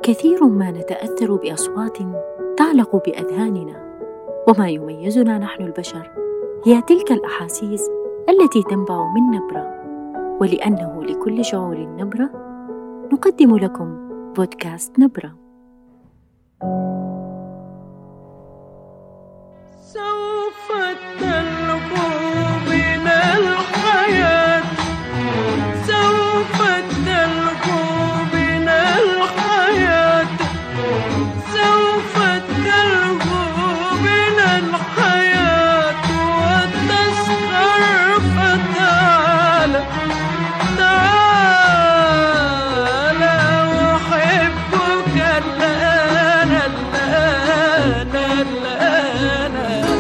كثير ما نتأثر بأصوات تعلق بأذهاننا، وما يميزنا نحن البشر هي تلك الأحاسيس التي تنبع من نبرة. ولأنه لكل شعور نبرة، نقدم لكم بودكاست نبرة. سوف تلقوا من الحياة، سوف تلقوا من الحياة، سوف تلقوا من الحياة وتسخر. فتعال تعال أحبك الآن الآن الآن.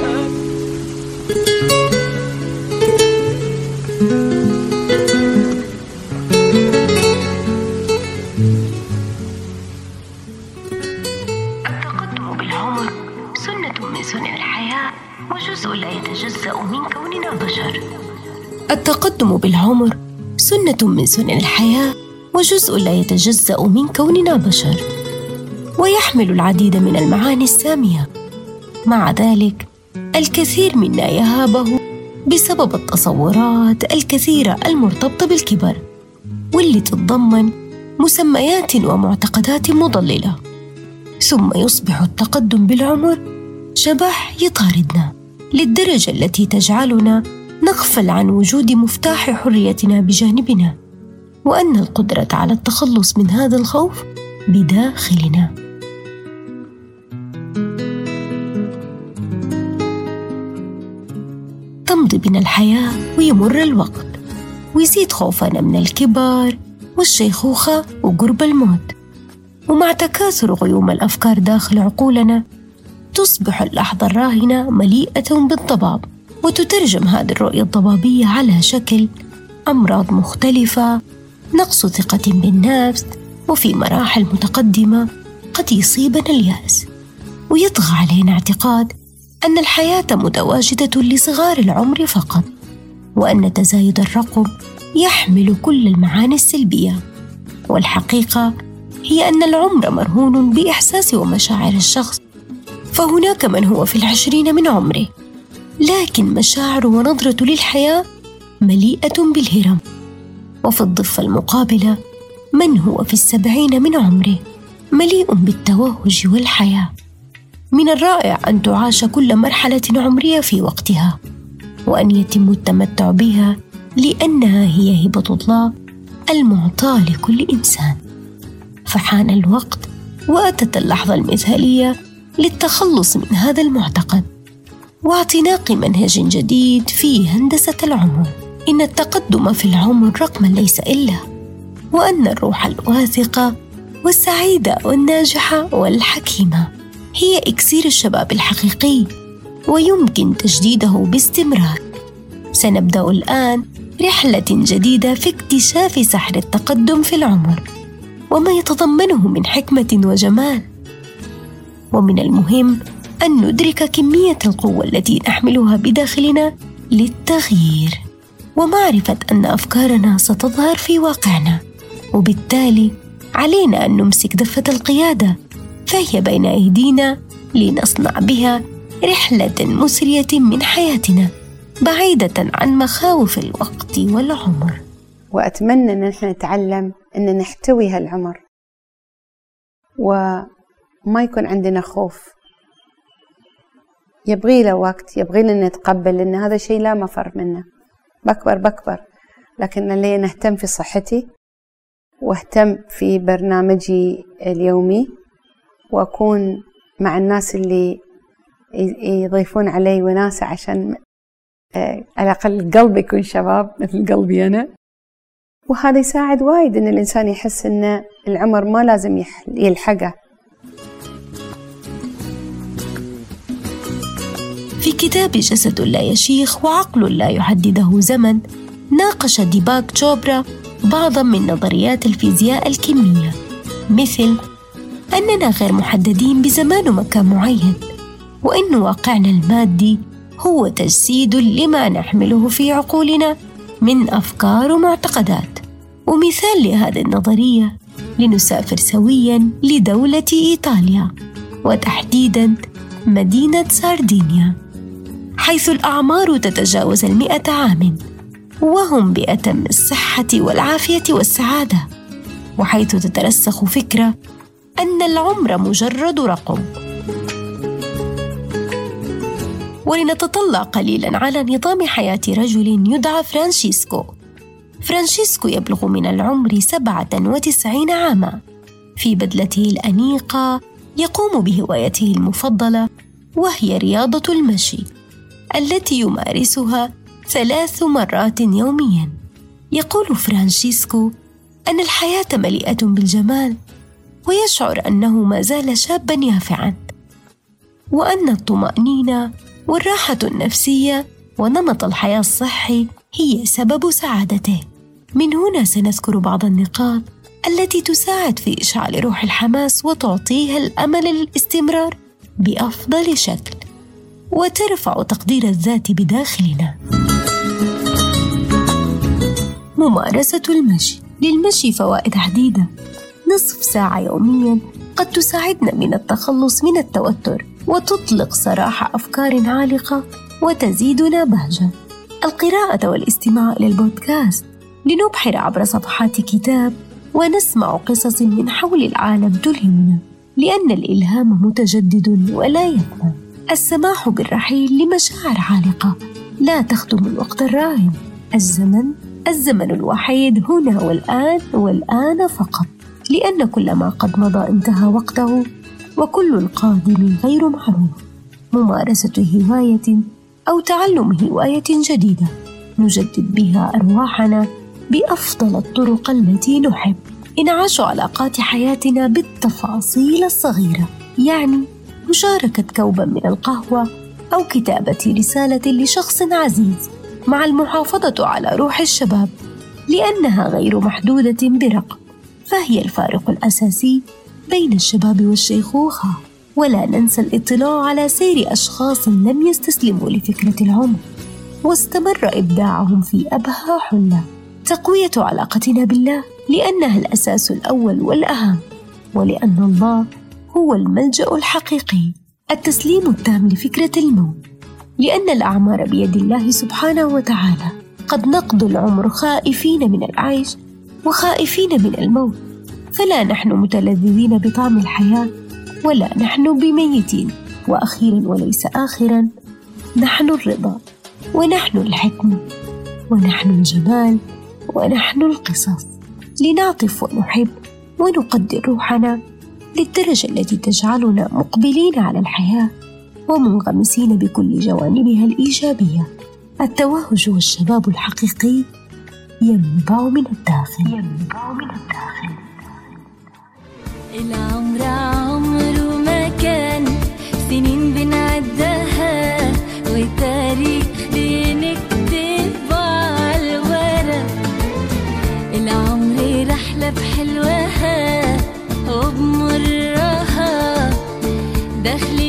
التقدم بالعمر سنة من سنن الحياة وجزء لا يتجزأ من كوننا بشر. التقدم بالعمر سنة من سنن الحياة وجزء لا يتجزأ من كوننا بشر، ويحمل العديد من المعاني السامية. مع ذلك الكثير منا يهابه بسبب التصورات الكثيرة المرتبطة بالكبر، واللي تتضمن مسميات ومعتقدات مضللة. ثم يصبح التقدم بالعمر شبح يطاردنا للدرجة التي تجعلنا نغفل عن وجود مفتاح حريتنا بجانبنا، وأن القدرة على التخلص من هذا الخوف بداخلنا. تمضي بنا الحياة ويمر الوقت، ويزيد خوفنا من الكبر والشيخوخة وقرب الموت. ومع تكاثر غيوم الأفكار داخل عقولنا، تصبح اللحظة الراهنة مليئة بالضباب، وتترجم هذه الرؤية الضبابية على شكل أمراض مختلفة، نقص ثقة بالنفس، وفي مراحل متقدمة قد يصيبنا اليأس، ويطغى علينا اعتقاد أن الحياة متواجدة لصغار العمر فقط، وأن تزايد الرقم يحمل كل المعاني السلبية. والحقيقة هي أن العمر مرهون بإحساس ومشاعر الشخص، فهناك من هو في 20 من عمره لكن مشاعر ونظرة للحياة مليئة بالهرم، وفي الضفة المقابلة من هو في 70 من عمره مليء بالتوهج والحياة. من الرائع أن تعاش كل مرحلة عمرية في وقتها، وأن يتم التمتع بها، لأنها هي هبة الله المعطاة لكل إنسان. فحان الوقت وأتت اللحظة المثالية للتخلص من هذا المعتقد واعتناق منهج جديد في هندسة العمر. إن التقدم في العمر رقما ليس إلا، وأن الروح الواثقة والسعيدة والناجحة والحكيمة هي إكسير الشباب الحقيقي، ويمكن تجديده باستمرار. سنبدأ الآن رحلة جديدة في اكتشاف سحر التقدم في العمر وما يتضمنه من حكمة وجمال. ومن المهم أن ندرك كمية القوة التي نحملها بداخلنا للتغيير، ومعرفة أن أفكارنا ستظهر في واقعنا، وبالتالي علينا أن نمسك دفة القيادة، فهي بين أيدينا لنصنع بها رحلة مسرية من حياتنا بعيدة عن مخاوف الوقت والعمر. وأتمنى أن نحن نتعلم أن نحتوي هالعمر، وما يكون عندنا خوف. يبغي له وقت، يبغي لنا نتقبل أن هذا شيء لا مفر منه، بكبر، لكن اللي نهتم في صحتي، واهتم في برنامجي اليومي، وأكون مع الناس اللي يضيفون علي وناسة، عشان على الأقل القلب يكون شباب مثل قلبي أنا. وهذا يساعد وايد أن الإنسان يحس أن العمر ما لازم يلحقه. في كتاب جسد لا يشيخ وعقل لا يحدده زمن، ناقش ديباك تشوبرا بعضاً من نظريات الفيزياء الكمية، مثل أننا غير محددين بزمان ومكان معين، وأن واقعنا المادي هو تجسيد لما نحمله في عقولنا من أفكار ومعتقدات. ومثال لهذه النظرية لنسافر سوياً لدولة إيطاليا، وتحديداً مدينة ساردينيا، حيث الأعمار تتجاوز 100 عام، وهم بأتم الصحة والعافية والسعادة، وحيث تترسخ فكرة أن العمر مجرد رقم. ولنتطلع قليلاً على نظام حياة رجل يدعى فرانشيسكو. فرانشيسكو يبلغ من العمر 97 عاماً. في بدلته الأنيقة يقوم بهوايته المفضلة، وهي رياضة المشي التي يمارسها 3 مرات يومياً. يقول فرانشيسكو أن الحياة مليئة بالجمال، ويشعر أنه ما زال شاباً يافعاً، وأن الطمأنينة والراحة النفسية ونمط الحياة الصحي هي سبب سعادته. من هنا سنذكر بعض النقاط التي تساعد في إشعال روح الحماس وتعطيها الأمل للاستمرار بأفضل شكل، وترفع تقدير الذات بداخلنا. ممارسة المشي. للمشي فوائد عديدة. نصف ساعة يومياً قد تساعدنا من التخلص من التوتر، وتطلق سراح أفكار عالقة، وتزيدنا بهجة. القراءة والاستماع إلى البودكاست، لنبحر عبر صفحات كتاب ونسمع قصص من حول العالم تلهمنا، لأن الإلهام متجدد ولا يفنى. السماح بالرحيل لمشاعر عالقة لا تخدم الوقت الراهن. الزمن الوحيد هنا والآن فقط، لأن كل ما قد مضى انتهى وقته، وكل القادم غير معروف. ممارسة هواية أو تعلم هواية جديدة نجدد بها أرواحنا بأفضل الطرق التي نحب. إنعاش علاقات حياتنا بالتفاصيل الصغيرة، يعني مشاركة كوباً من القهوة أو كتابة رسالة لشخص عزيز، مع المحافظة على روح الشباب، لأنها غير محدودة برقم، فهي الفارق الأساسي بين الشباب والشيخوخة. ولا ننسى الاطلاع على سير أشخاص لم يستسلموا لفكرة العمر، واستمر إبداعهم في أبهى حلة. تقوية علاقتنا بالله، لأنها الأساس الأول والأهم، ولأن الله هو الملجأ الحقيقي. التسليم التام لفكرة الموت، لأن الأعمار بيد الله سبحانه وتعالى. قد نقضي العمر خائفين من العيش وخائفين من الموت، فلا نحن متلذذين بطعم الحياة، ولا نحن بميتين. وأخيراً وليس آخراً، نحن الرضا، ونحن الحكمة، ونحن الجمال، ونحن القصص. لنعطف ونحب ونقدر روحنا للدرجة التي تجعلنا مقبلين على الحياة ومنغمسين بكل جوانبها الإيجابية. التوهج والشباب الحقيقي ينبع من الداخل. العمر عمره ما كان سنين بنعدها، وتاريخ بنكتب على الورق. العمر رحلة بحلوها وبمرها، داخل